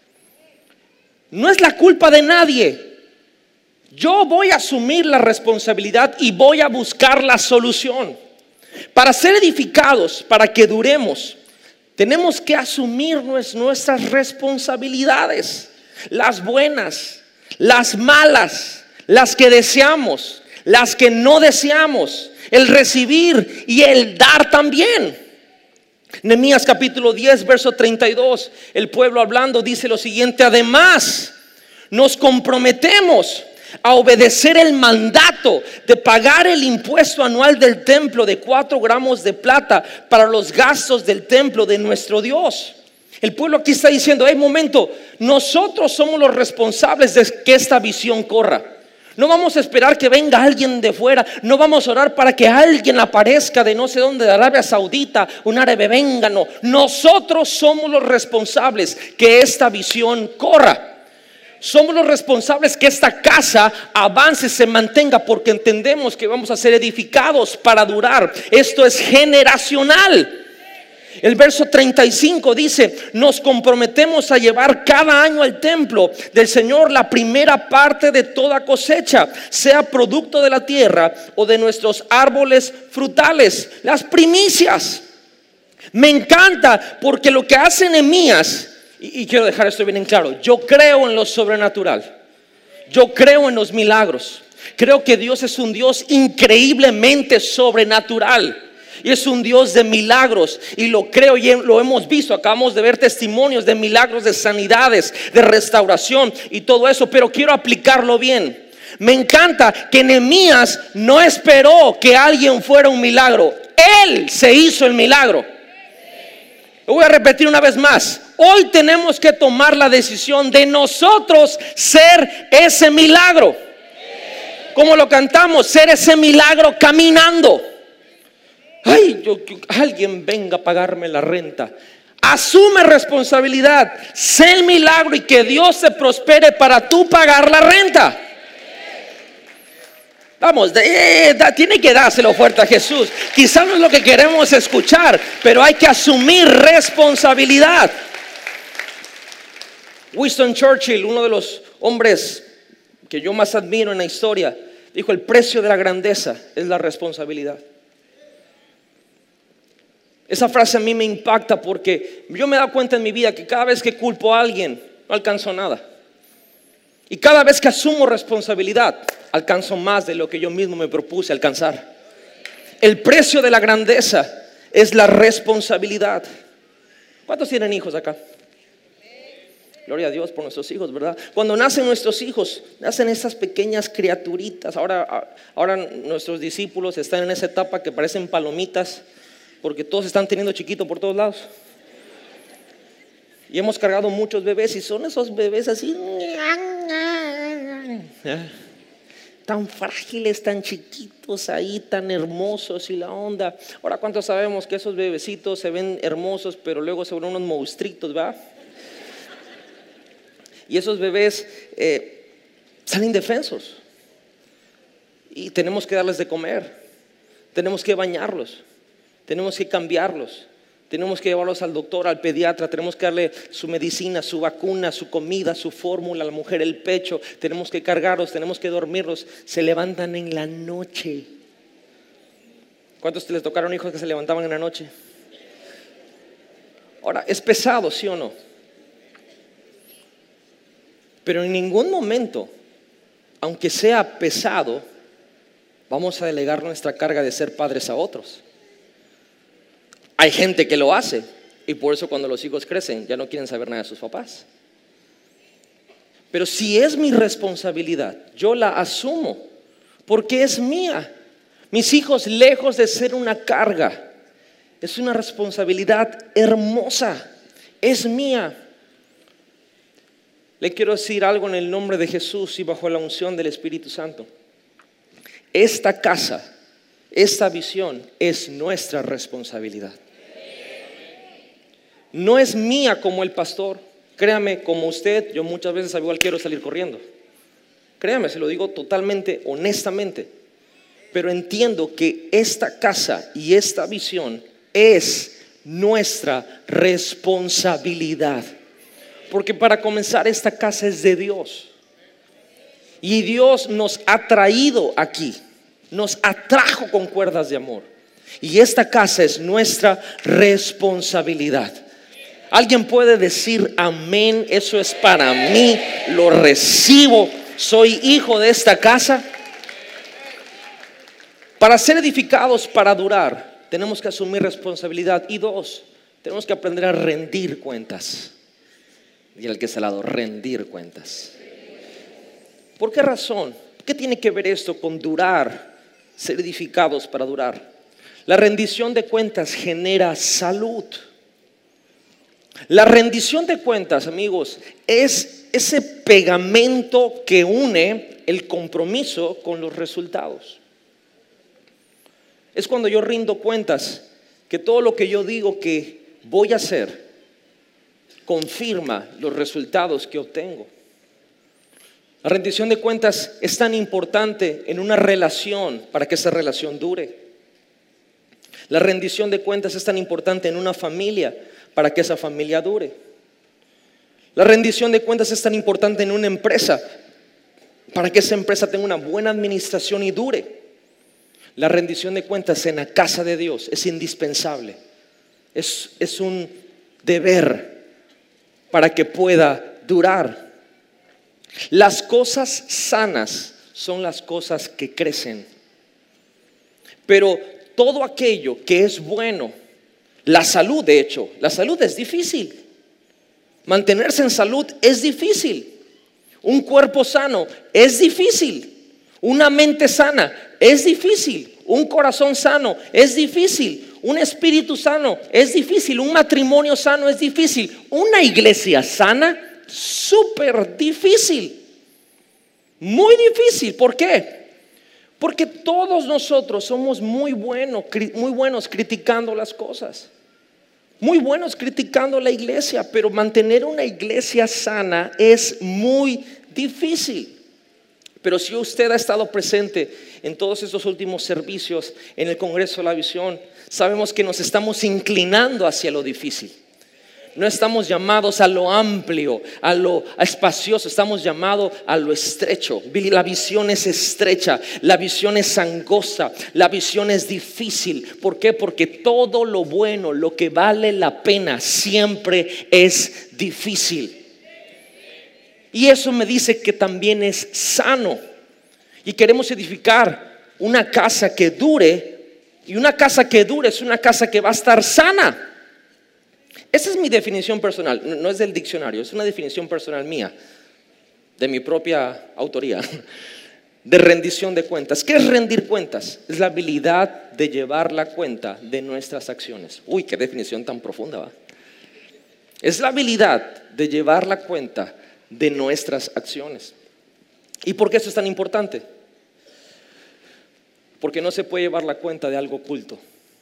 No es la culpa de nadie. Yo voy a asumir la responsabilidad y voy a buscar la solución. Para ser edificados, para que duremos, tenemos que asumir nuestras responsabilidades, las buenas, las malas, las que deseamos, las que no deseamos, el recibir y el dar también. Nehemías capítulo 10 verso 32, el pueblo hablando dice lo siguiente: además nos comprometemos a obedecer el mandato de pagar el impuesto anual del templo de 4 gramos de plata para los gastos del templo de nuestro Dios. El pueblo aquí está diciendo, hey, momento, nosotros somos los responsables de que esta visión corra. No vamos a esperar que venga alguien de fuera. No vamos a orar para que alguien aparezca de no sé dónde, de Arabia Saudita, un árabe venga. No, nosotros somos los responsables que esta visión corra. Somos los responsables que esta casa avance, se mantenga, porque entendemos que vamos a ser edificados para durar. Esto es generacional. El verso 35 dice, nos comprometemos a llevar cada año al templo del Señor la primera parte de toda cosecha, sea producto de la tierra o de nuestros árboles frutales, las primicias. Me encanta porque lo que hace Nehemías, y quiero dejar esto bien en claro, yo creo en lo sobrenatural, yo creo en los milagros, creo que Dios es un Dios increíblemente sobrenatural. Y es un Dios de milagros, y lo creo y lo hemos visto. Acabamos de ver testimonios de milagros, de sanidades, de restauración y todo eso, pero quiero aplicarlo bien. Me encanta que Nehemías no esperó que alguien fuera un milagro, él se hizo el milagro. Lo voy a repetir una vez más. Hoy tenemos que tomar la decisión de nosotros ser ese milagro. Como lo cantamos, ser ese milagro caminando. Ay, alguien venga a pagarme la renta. Asume responsabilidad, sé el milagro y que Dios te prospere para tú pagar la renta. Vamos, tiene que dárselo fuerte a Jesús. Quizás no es lo que queremos escuchar, pero hay que asumir responsabilidad. Winston Churchill, uno de los hombres que yo más admiro en la historia, dijo: el precio de la grandeza es la responsabilidad. Esa frase a mí me impacta porque yo me he dado cuenta en mi vida que cada vez que culpo a alguien no alcanzo nada. Y cada vez que asumo responsabilidad alcanzo más de lo que yo mismo me propuse alcanzar. El precio de la grandeza es la responsabilidad. ¿Cuántos tienen hijos acá? Gloria a Dios por nuestros hijos, ¿verdad? Cuando nacen nuestros hijos, nacen esas pequeñas criaturitas. Ahora nuestros discípulos están en esa etapa que parecen palomitas, porque todos están teniendo chiquito por todos lados. Y hemos cargado muchos bebés y son esos bebés así, tan frágiles, tan chiquitos ahí, tan hermosos y la onda. Ahora, ¿cuántos sabemos que esos bebecitos se ven hermosos, pero luego se ven unos monstruitos, ¿verdad? Y esos bebés salen indefensos. Y tenemos que darles de comer, tenemos que bañarlos, tenemos que cambiarlos, tenemos que llevarlos al doctor, al pediatra, tenemos que darle su medicina, su vacuna, su comida, su fórmula, a la mujer el pecho, tenemos que cargarlos, tenemos que dormirlos. Se levantan en la noche. ¿Cuántos les tocaron hijos que se levantaban en la noche? Ahora, es pesado, ¿sí o no? Pero en ningún momento, aunque sea pesado, vamos a delegar nuestra carga de ser padres a otros. Hay gente que lo hace y por eso cuando los hijos crecen ya no quieren saber nada de sus papás. Pero si es mi responsabilidad, yo la asumo porque es mía. Mis hijos, lejos de ser una carga, Es una responsabilidad hermosa, es mía. Le quiero decir algo en el nombre de Jesús y bajo la unción del Espíritu Santo. Esta casa, esta visión es nuestra responsabilidad. No es mía como el pastor. Créame, como usted, yo muchas veces igual quiero salir corriendo. Créame, se lo digo totalmente, honestamente. Pero entiendo que esta casa y esta visión es nuestra responsabilidad. Porque para comenzar, esta casa es de Dios. Y Dios nos ha traído aquí. Nos atrajo con cuerdas de amor. Y esta casa es nuestra responsabilidad. ¿Alguien puede decir amén? Eso es para mí, lo recibo, soy hijo de esta casa. Para ser edificados, para durar, tenemos que asumir responsabilidad. Y dos, tenemos que aprender a rendir cuentas. Y el que está al lado, rendir cuentas. ¿Por qué razón? ¿Qué tiene que ver esto con durar, ser edificados para durar? La rendición de cuentas genera salud. La rendición de cuentas, amigos, es ese pegamento que une el compromiso con los resultados. Es cuando yo rindo cuentas que todo lo que yo digo que voy a hacer confirma los resultados que obtengo. La rendición de cuentas es tan importante en una relación para que esa relación dure. La rendición de cuentas es tan importante en una familia para que esa familia dure. La rendición de cuentas es tan importante en una empresa para que esa empresa tenga una buena administración y dure. La rendición de cuentas en la casa de Dios es indispensable. Es un deber para que pueda durar. Las cosas sanas son las cosas que crecen. Pero todo aquello que es bueno, la salud, de hecho, la salud es difícil. Mantenerse en salud es difícil. Un cuerpo sano es difícil. Una mente sana es difícil. Un corazón sano es difícil. Un espíritu sano es difícil. Un matrimonio sano es difícil. Una iglesia sana, súper difícil. Muy difícil. ¿Por qué? Porque todos nosotros somos muy buenos criticando las cosas. Muy buenos criticando la iglesia, pero mantener una iglesia sana es muy difícil. Pero si usted ha estado presente en todos estos últimos servicios en el Congreso de la Visión, sabemos que nos estamos inclinando hacia lo difícil. No estamos llamados a lo amplio, a lo espacioso, estamos llamados a lo estrecho. La visión es estrecha, la visión es angosta, la visión es difícil. ¿Por qué? Porque todo lo bueno, lo que vale la pena, siempre es difícil. Y eso me dice que también es sano. Y queremos edificar una casa que dure. Y una casa que dure es una casa que va a estar sana. Esa es mi definición personal, no es del diccionario, es una definición personal mía, de mi propia autoría, de rendición de cuentas. ¿Qué es rendir cuentas? Es la habilidad de llevar la cuenta de nuestras acciones. Uy, qué definición tan profunda, ¿va? Es la habilidad de llevar la cuenta de nuestras acciones. ¿Y por qué eso es tan importante? Porque no se puede llevar la cuenta de algo oculto.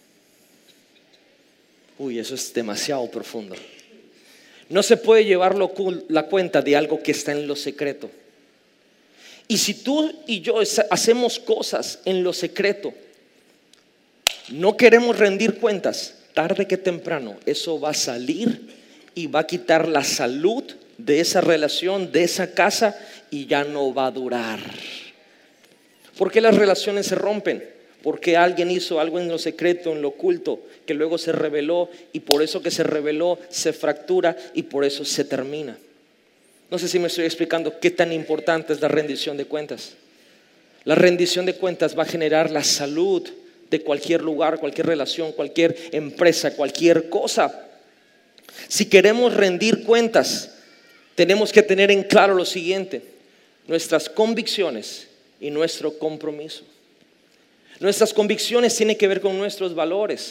Uy, eso es demasiado profundo. No se puede llevar la cuenta de algo que está en lo secreto. Y si tú y yo hacemos cosas en lo secreto, no queremos rendir cuentas, tarde que temprano eso va a salir y va a quitar la salud de esa relación, de esa casa, y ya no va a durar. ¿Por qué las relaciones se rompen? Porque alguien hizo algo en lo secreto, en lo oculto, que luego se reveló, y por eso que se reveló se fractura y por eso se termina. No sé si me estoy explicando qué tan importante es la rendición de cuentas. La rendición de cuentas va a generar la salud de cualquier lugar, cualquier relación, cualquier empresa, cualquier cosa. Si queremos rendir cuentas, tenemos que tener en claro lo siguiente: nuestras convicciones y nuestro compromiso. Nuestras convicciones tienen que ver con nuestros valores,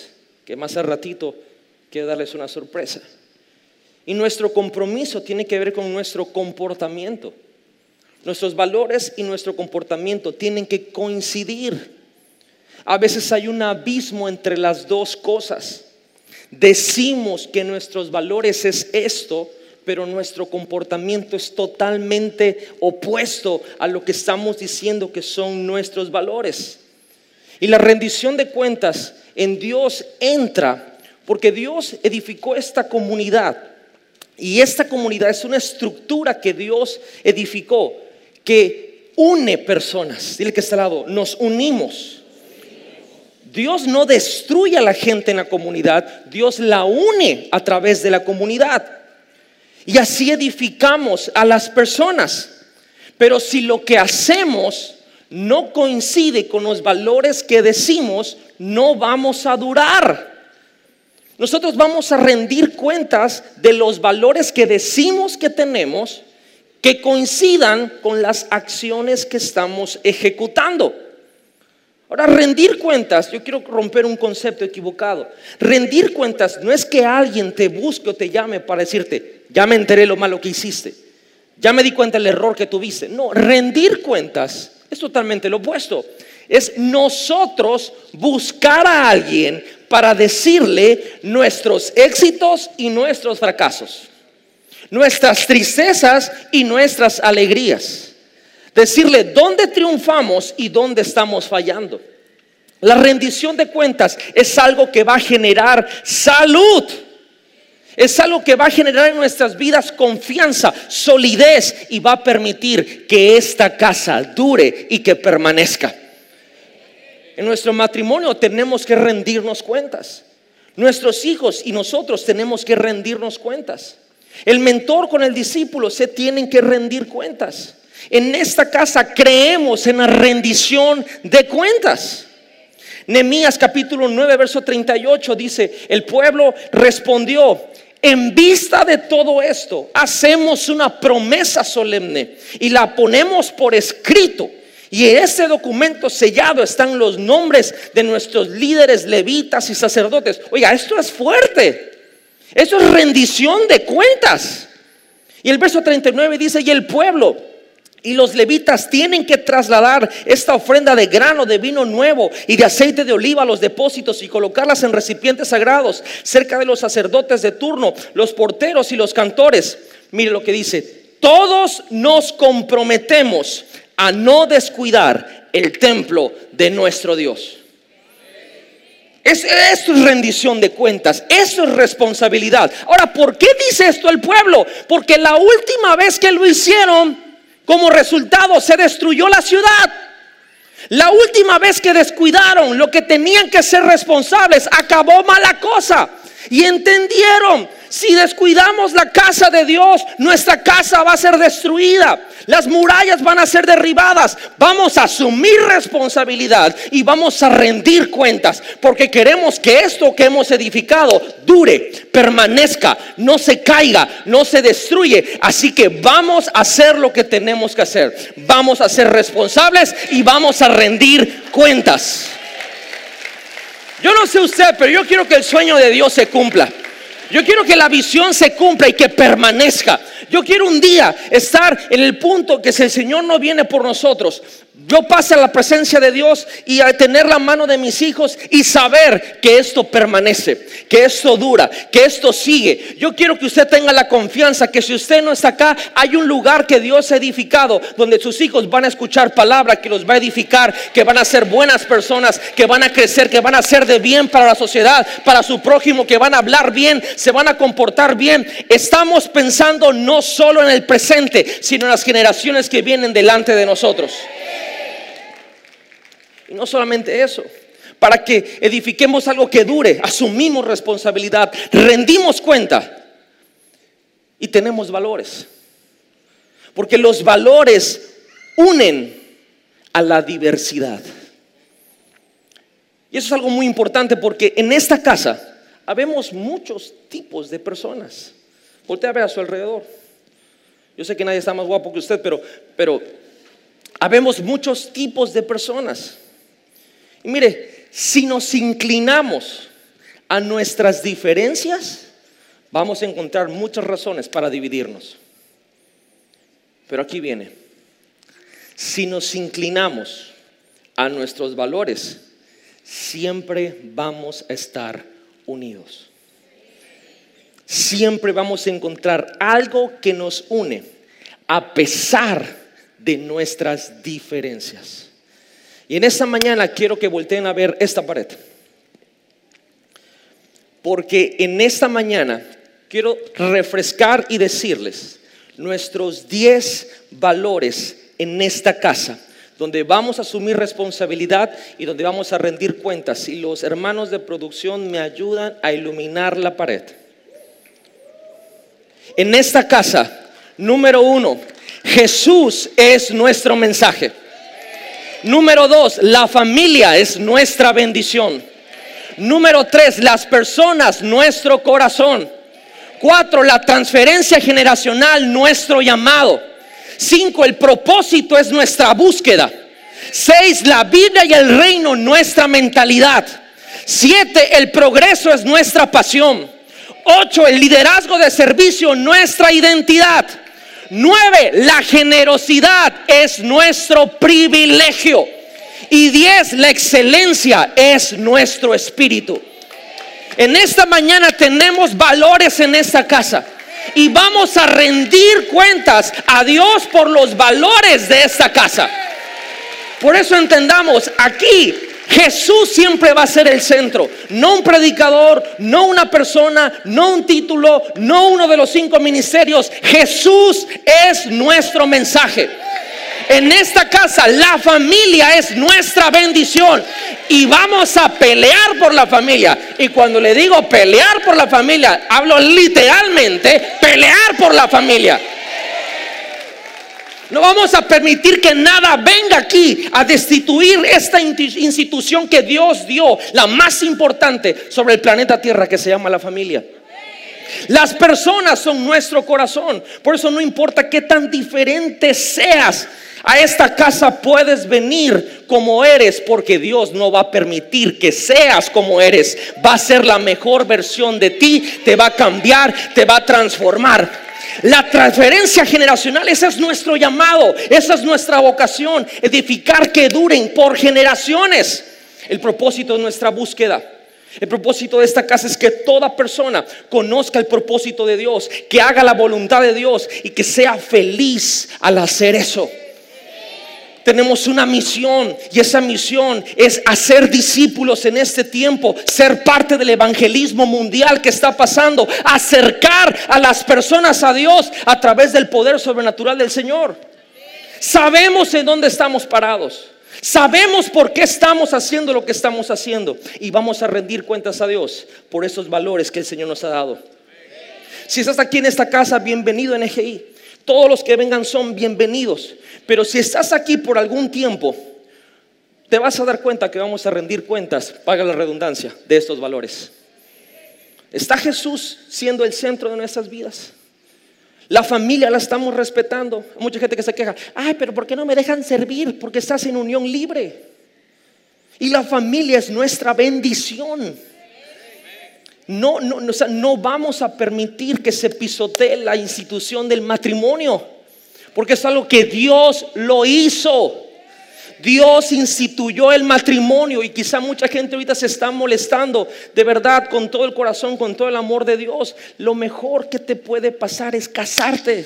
que más al ratito quiero darles una sorpresa. Y nuestro compromiso tiene que ver con nuestro comportamiento. Nuestros valores y nuestro comportamiento tienen que coincidir. A veces hay un abismo entre las dos cosas. Decimos que nuestros valores es esto, pero nuestro comportamiento es totalmente opuesto a lo que estamos diciendo que son nuestros valores. Y la rendición de cuentas en Dios entra porque Dios edificó esta comunidad. Y esta comunidad es una estructura que Dios edificó, que une personas. Dile que está al lado, nos unimos. Dios no destruye a la gente en la comunidad, Dios la une a través de la comunidad. Y así edificamos a las personas. Pero si lo que hacemos no coincide con los valores que decimos, no vamos a durar. Nosotros vamos a rendir cuentas de los valores que decimos que tenemos, que coincidan con las acciones que estamos ejecutando. Ahora, rendir cuentas, yo quiero romper un concepto equivocado. Rendir cuentas no es que alguien te busque o te llame para decirte, ya me enteré lo malo que hiciste, ya me di cuenta del error que tuviste. No, rendir cuentas es totalmente lo opuesto. Es nosotros buscar a alguien para decirle nuestros éxitos y nuestros fracasos, nuestras tristezas y nuestras alegrías. Decirle dónde triunfamos y dónde estamos fallando. La rendición de cuentas es algo que va a generar salud. Es algo que va a generar en nuestras vidas confianza, solidez, y va a permitir que esta casa dure y que permanezca. En nuestro matrimonio tenemos que rendirnos cuentas. Nuestros hijos y nosotros tenemos que rendirnos cuentas. El mentor con el discípulo se tienen que rendir cuentas. En esta casa creemos en la rendición de cuentas. Nehemías capítulo 9 verso 38 dice: el pueblo respondió: en vista de todo esto, hacemos una promesa solemne y la ponemos por escrito. Y en ese documento sellado están los nombres de nuestros líderes, levitas y sacerdotes. Oiga, esto es fuerte. Esto es rendición de cuentas. Y el verso 39 dice: y el pueblo y los levitas tienen que trasladar esta ofrenda de grano, de vino nuevo y de aceite de oliva a los depósitos y colocarlas en recipientes sagrados cerca de los sacerdotes de turno, los porteros y los cantores. Mire lo que dice: todos nos comprometemos a no descuidar el templo de nuestro Dios. Esto es rendición de cuentas, eso es responsabilidad. Ahora, ¿por qué dice esto el pueblo? Porque la última vez que lo hicieron, como resultado se destruyó la ciudad. La última vez que descuidaron lo que tenían que ser responsables, acabó mala cosa. Y entendieron: si descuidamos la casa de Dios, nuestra casa va a ser destruida, las murallas van a ser derribadas. Vamos a asumir responsabilidad y vamos a rendir cuentas, porque queremos que esto que hemos edificado dure, permanezca, no se caiga, no se destruye. Así que vamos a hacer lo que tenemos que hacer. Vamos a ser responsables y vamos a rendir cuentas. Yo no sé usted, pero yo quiero que el sueño de Dios se cumpla. Yo quiero que la visión se cumpla y que permanezca. Yo quiero un día estar en el punto que si el Señor no viene por nosotros, yo pase a la presencia de Dios y a tener la mano de mis hijos y saber que esto permanece, que esto dura, que esto sigue. Yo quiero que usted tenga la confianza que si usted no está acá, hay un lugar que Dios ha edificado donde sus hijos van a escuchar palabra que los va a edificar, que van a ser buenas personas, que van a crecer, que van a ser de bien para la sociedad, para su prójimo, que van a hablar bien, se van a comportar bien. Estamos pensando no solo en el presente, sino en las generaciones que vienen delante de nosotros. Y no solamente eso, para que edifiquemos algo que dure, asumimos responsabilidad, rendimos cuenta y tenemos valores. Porque los valores unen a la diversidad. Y eso es algo muy importante, porque en esta casa habemos muchos tipos de personas. Voltea a ver a su alrededor. Yo sé que nadie está más guapo que usted, pero habemos muchos tipos de personas. Y mire, si nos inclinamos a nuestras diferencias, vamos a encontrar muchas razones para dividirnos. Pero aquí viene: si nos inclinamos a nuestros valores, siempre vamos a estar unidos. Siempre vamos a encontrar algo que nos une a pesar de nuestras diferencias. Y en esta mañana quiero que volteen a ver esta pared, porque en esta mañana quiero refrescar y decirles nuestros 10 valores en esta casa, donde vamos a asumir responsabilidad y donde vamos a rendir cuentas. Y los hermanos de producción me ayudan a iluminar la pared. En esta casa, número 1, Jesús es nuestro mensaje. Número 2, la familia es nuestra bendición. Número 3, las personas, nuestro corazón. 4, la transferencia generacional, nuestro llamado. 5, el propósito es nuestra búsqueda. 6, la vida y el reino, nuestra mentalidad. 7, el progreso es nuestra pasión. 8, el liderazgo de servicio, nuestra identidad. 9, la generosidad es nuestro privilegio. Y 10, la excelencia es nuestro espíritu. En esta mañana tenemos valores en esta casa y vamos a rendir cuentas a Dios por los valores de esta casa. Por eso entendamos, aquí Jesús siempre va a ser el centro, no un predicador, no una persona, no un título, no uno de los 5 ministerios. Jesús es nuestro mensaje. En esta casa la familia es nuestra bendición y vamos a pelear por la familia. Y cuando le digo pelear por la familia, hablo literalmente pelear por la familia. No vamos a permitir que nada venga aquí a destituir esta institución que Dios dio, la más importante sobre el planeta Tierra, que se llama la familia. Las personas son nuestro corazón. Por eso no importa qué tan diferente seas, a esta casa puedes venir como eres, porque Dios no va a permitir que seas como eres. Va a ser la mejor versión de ti, te va a cambiar, te va a transformar. La transferencia generacional, ese es nuestro llamado, esa es nuestra vocación, edificar que duren por generaciones. El propósito de nuestra búsqueda, el propósito de esta casa es que toda persona conozca el propósito de Dios, que haga la voluntad de Dios y que sea feliz al hacer eso. Tenemos una misión y esa misión es hacer discípulos en este tiempo, ser parte del evangelismo mundial que está pasando, acercar a las personas a Dios a través del poder sobrenatural del Señor. Sabemos en dónde estamos parados, sabemos por qué estamos haciendo lo que estamos haciendo y vamos a rendir cuentas a Dios por esos valores que el Señor nos ha dado. Si estás aquí en esta casa, bienvenido en EGI. Todos los que vengan son bienvenidos. Pero si estás aquí por algún tiempo, te vas a dar cuenta que vamos a rendir cuentas, paga la redundancia, de estos valores. ¿Está Jesús siendo el centro de nuestras vidas? La familia la estamos respetando. Hay mucha gente que se queja: ay, pero ¿por qué no me dejan servir? Porque estás en unión libre. Y la familia es nuestra bendición. No vamos a permitir que se pisotee la institución del matrimonio, porque es algo que Dios lo hizo. Dios instituyó el matrimonio y quizá mucha gente ahorita se está molestando. De verdad, con todo el corazón, con todo el amor de Dios, lo mejor que te puede pasar es casarte.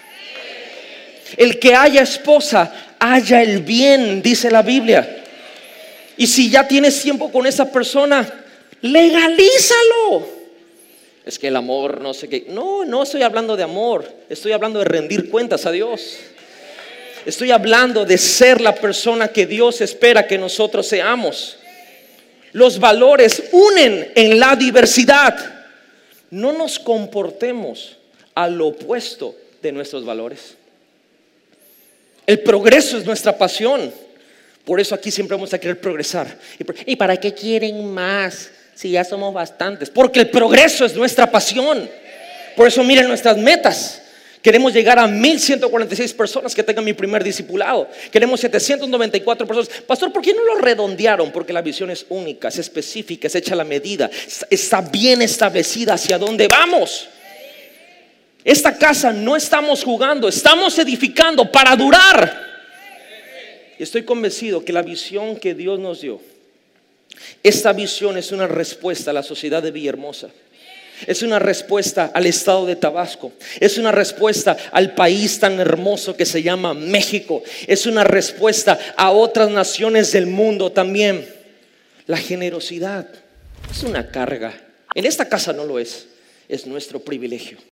El que haya esposa, haya el bien, dice la Biblia. Y si ya tienes tiempo con esa persona, legalízalo. Es que el amor no sé qué. No estoy hablando de amor, estoy hablando de rendir cuentas a Dios. Estoy hablando de ser la persona que Dios espera que nosotros seamos. Los valores unen en la diversidad. No nos comportemos al opuesto de nuestros valores. El progreso es nuestra pasión. Por eso aquí siempre vamos a querer progresar. ¿Y para qué quieren más si ya somos bastantes? Porque el progreso es nuestra pasión. Por eso miren nuestras metas. Queremos llegar a 1,146 personas que tengan mi primer discipulado. Queremos 794 personas. Pastor, ¿por qué no lo redondearon? Porque la visión es única, es específica, es hecha a la medida, está bien establecida hacia dónde vamos. Esta casa no estamos jugando, estamos edificando para durar. Y estoy convencido que la visión que Dios nos dio, esta visión es una respuesta a la sociedad de Villahermosa. Es una respuesta al estado de Tabasco. Es una respuesta al país tan hermoso que se llama México. Es una respuesta a otras naciones del mundo también. La generosidad es una carga. En esta casa no lo es, es nuestro privilegio.